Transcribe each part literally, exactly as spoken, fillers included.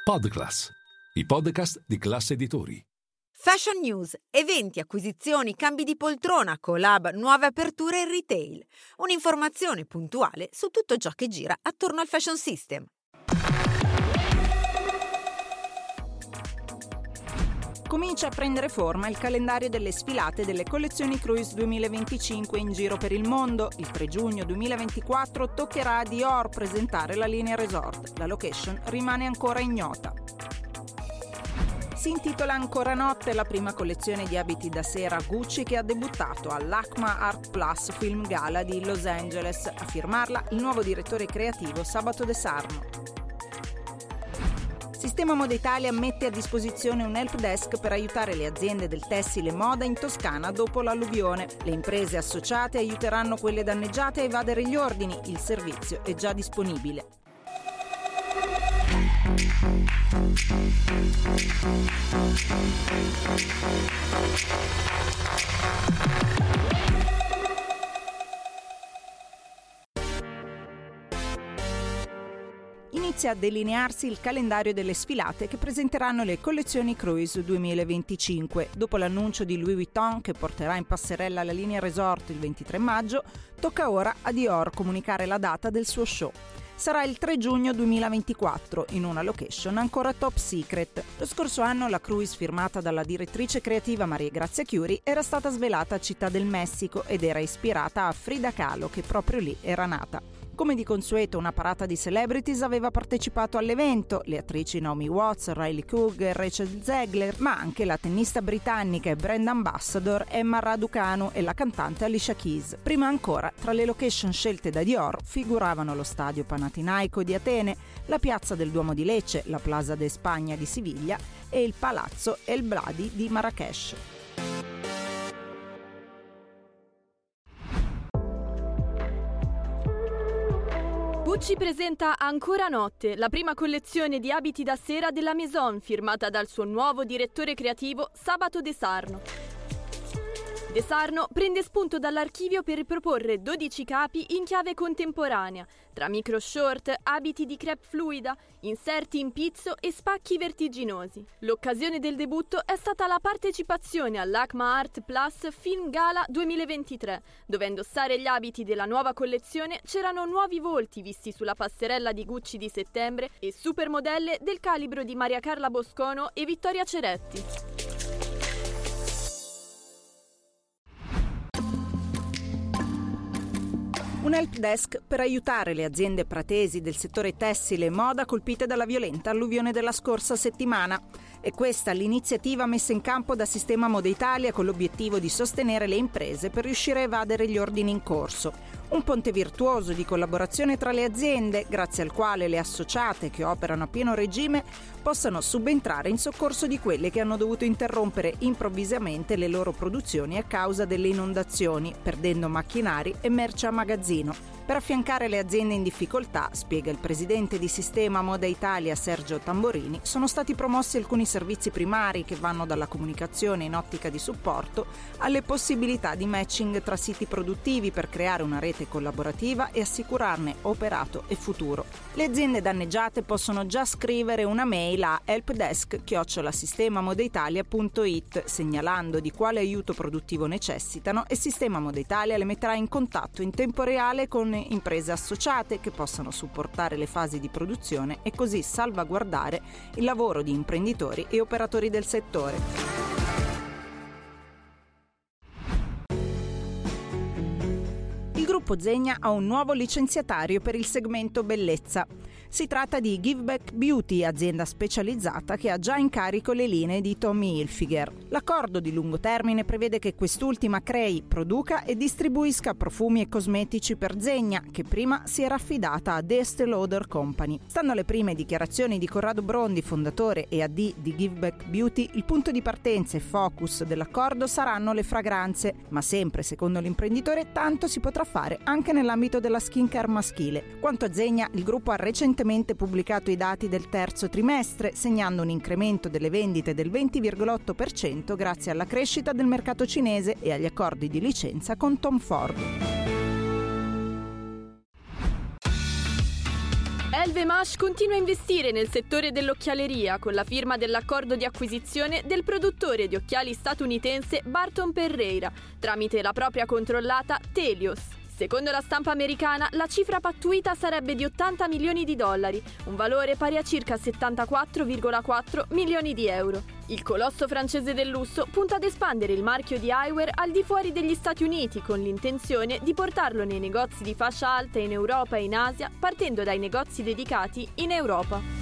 Podclass, i podcast di Class Editori. Fashion News, eventi, acquisizioni, cambi di poltrona, collab, nuove aperture in retail. Un'informazione puntuale su tutto ciò che gira attorno al fashion system. Comincia a prendere forma il calendario delle sfilate delle collezioni Cruise duemilaventicinque in giro per il mondo. Il tre giugno duemilaventiquattro toccherà a Dior presentare la linea Resort. La location rimane ancora ignota. Si intitola Ancora notte la prima collezione di abiti da sera Gucci che ha debuttato all'Acma Art Plus Film Gala di Los Angeles. A firmarla il nuovo direttore creativo Sabato De Sarno. Sistema Moda Italia mette a disposizione un help desk per aiutare le aziende del tessile moda in Toscana dopo l'alluvione. Le imprese associate aiuteranno quelle danneggiate a evadere gli ordini. Il servizio è già disponibile. Inizia a delinearsi il calendario delle sfilate che presenteranno le collezioni Cruise duemilaventicinque. Dopo l'annuncio di Louis Vuitton che porterà in passerella la linea Resort il ventitré maggio, tocca ora a Dior comunicare la data del suo show. Sarà il tre giugno duemilaventiquattro, in una location ancora top secret. Lo scorso anno la cruise firmata dalla direttrice creativa Maria Grazia Chiuri era stata svelata a Città del Messico ed era ispirata a Frida Kahlo, che proprio lì era nata. Come di consueto, una parata di celebrities aveva partecipato all'evento, le attrici Naomi Watts, Riley Cook e Rachel Zegler, ma anche la tennista britannica e brand ambassador Emma Raducanu e la cantante Alicia Keys. Prima ancora, tra le location scelte da Dior figuravano lo stadio Panathinaiko di Atene, la piazza del Duomo di Lecce, la Plaza de España di Siviglia e il palazzo El Bladi di Marrakech. Gucci presenta Ancora notte, la prima collezione di abiti da sera della Maison, firmata dal suo nuovo direttore creativo Sabato De Sarno. De Sarno prende spunto dall'archivio per riproporre dodici capi in chiave contemporanea, tra micro short, abiti di crepe fluida, inserti in pizzo e spacchi vertiginosi. L'occasione del debutto è stata la partecipazione all'Acma Art Plus Film Gala duemilaventitré, dove a indossare gli abiti della nuova collezione c'erano nuovi volti visti sulla passerella di Gucci di settembre e supermodelle del calibro di Maria Carla Boscono e Vittoria Ceretti. Un help desk per aiutare le aziende pratesi del settore tessile e moda colpite dalla violenta alluvione della scorsa settimana. È questa l'iniziativa messa in campo da Sistema Moda Italia con l'obiettivo di sostenere le imprese per riuscire a evadere gli ordini in corso. Un ponte virtuoso di collaborazione tra le aziende, grazie al quale le associate che operano a pieno regime possano subentrare in soccorso di quelle che hanno dovuto interrompere improvvisamente le loro produzioni a causa delle inondazioni, perdendo macchinari e merce a magazzino. Per affiancare le aziende in difficoltà, spiega il presidente di Sistema Moda Italia Sergio Tamborini, sono stati promossi alcuni servizi primari che vanno dalla comunicazione in ottica di supporto alle possibilità di matching tra siti produttivi per creare una rete collaborativa e assicurarne operato e futuro. Le aziende danneggiate possono già scrivere una mail a helpdesk chiocciola sistemamodaitalia punto it segnalando di quale aiuto produttivo necessitano e Sistema Moda Italia le metterà in contatto in tempo reale con imprese associate che possano supportare le fasi di produzione e così salvaguardare il lavoro di imprenditori e operatori del settore. Il gruppo Zegna ha un nuovo licenziatario per il segmento bellezza. Si tratta di Giveback Beauty, azienda specializzata che ha già in carico le linee di Tommy Hilfiger. L'accordo di lungo termine prevede che quest'ultima crei, produca e distribuisca profumi e cosmetici per Zegna, che prima si era affidata a The Estée Lauder Company. Stando alle prime dichiarazioni di Corrado Brondi, fondatore e A D di Giveback Beauty, il punto di partenza e focus dell'accordo saranno le fragranze, ma sempre, secondo l'imprenditore, tanto si potrà fare anche nell'ambito della skincare maschile. Quanto a Zegna, il gruppo ha recentemente pubblicato i dati del terzo trimestre, segnando un incremento delle vendite del venti virgola otto per cento grazie alla crescita del mercato cinese e agli accordi di licenza con Tom Ford. LVMH continua a investire nel settore dell'occhialeria con la firma dell'accordo di acquisizione del produttore di occhiali statunitense Barton Perreira tramite la propria controllata Telios. Secondo la stampa americana, la cifra pattuita sarebbe di ottanta milioni di dollari, un valore pari a circa settantaquattro virgola quattro milioni di euro. Il colosso francese del lusso punta ad espandere il marchio di eyewear al di fuori degli Stati Uniti con l'intenzione di portarlo nei negozi di fascia alta in Europa e in Asia, partendo dai negozi dedicati in Europa.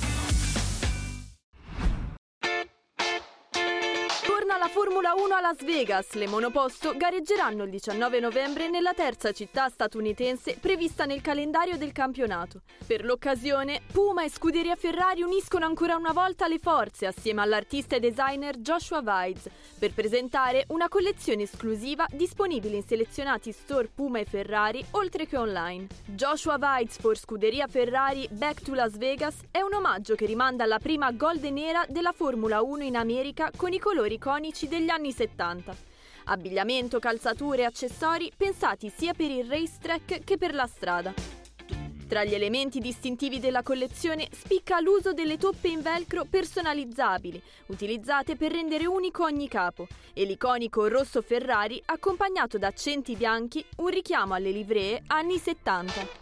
Torna la Formula uno a Las Vegas. Le monoposto gareggeranno il diciannove novembre nella terza città statunitense prevista nel calendario del campionato. Per l'occasione, Puma e Scuderia Ferrari uniscono ancora una volta le forze assieme all'artista e designer Joshua Weitz per presentare una collezione esclusiva disponibile in selezionati store Puma e Ferrari, oltre che online. Joshua Weitz for Scuderia Ferrari Back to Las Vegas è un omaggio che rimanda alla prima golden era della Formula uno in America con i colori iconici degli anni settanta. Abbigliamento, calzature e accessori pensati sia per il racetrack che per la strada. Tra gli elementi distintivi della collezione spicca l'uso delle toppe in velcro personalizzabili, utilizzate per rendere unico ogni capo, e l'iconico rosso Ferrari accompagnato da accenti bianchi, un richiamo alle livree anni settanta.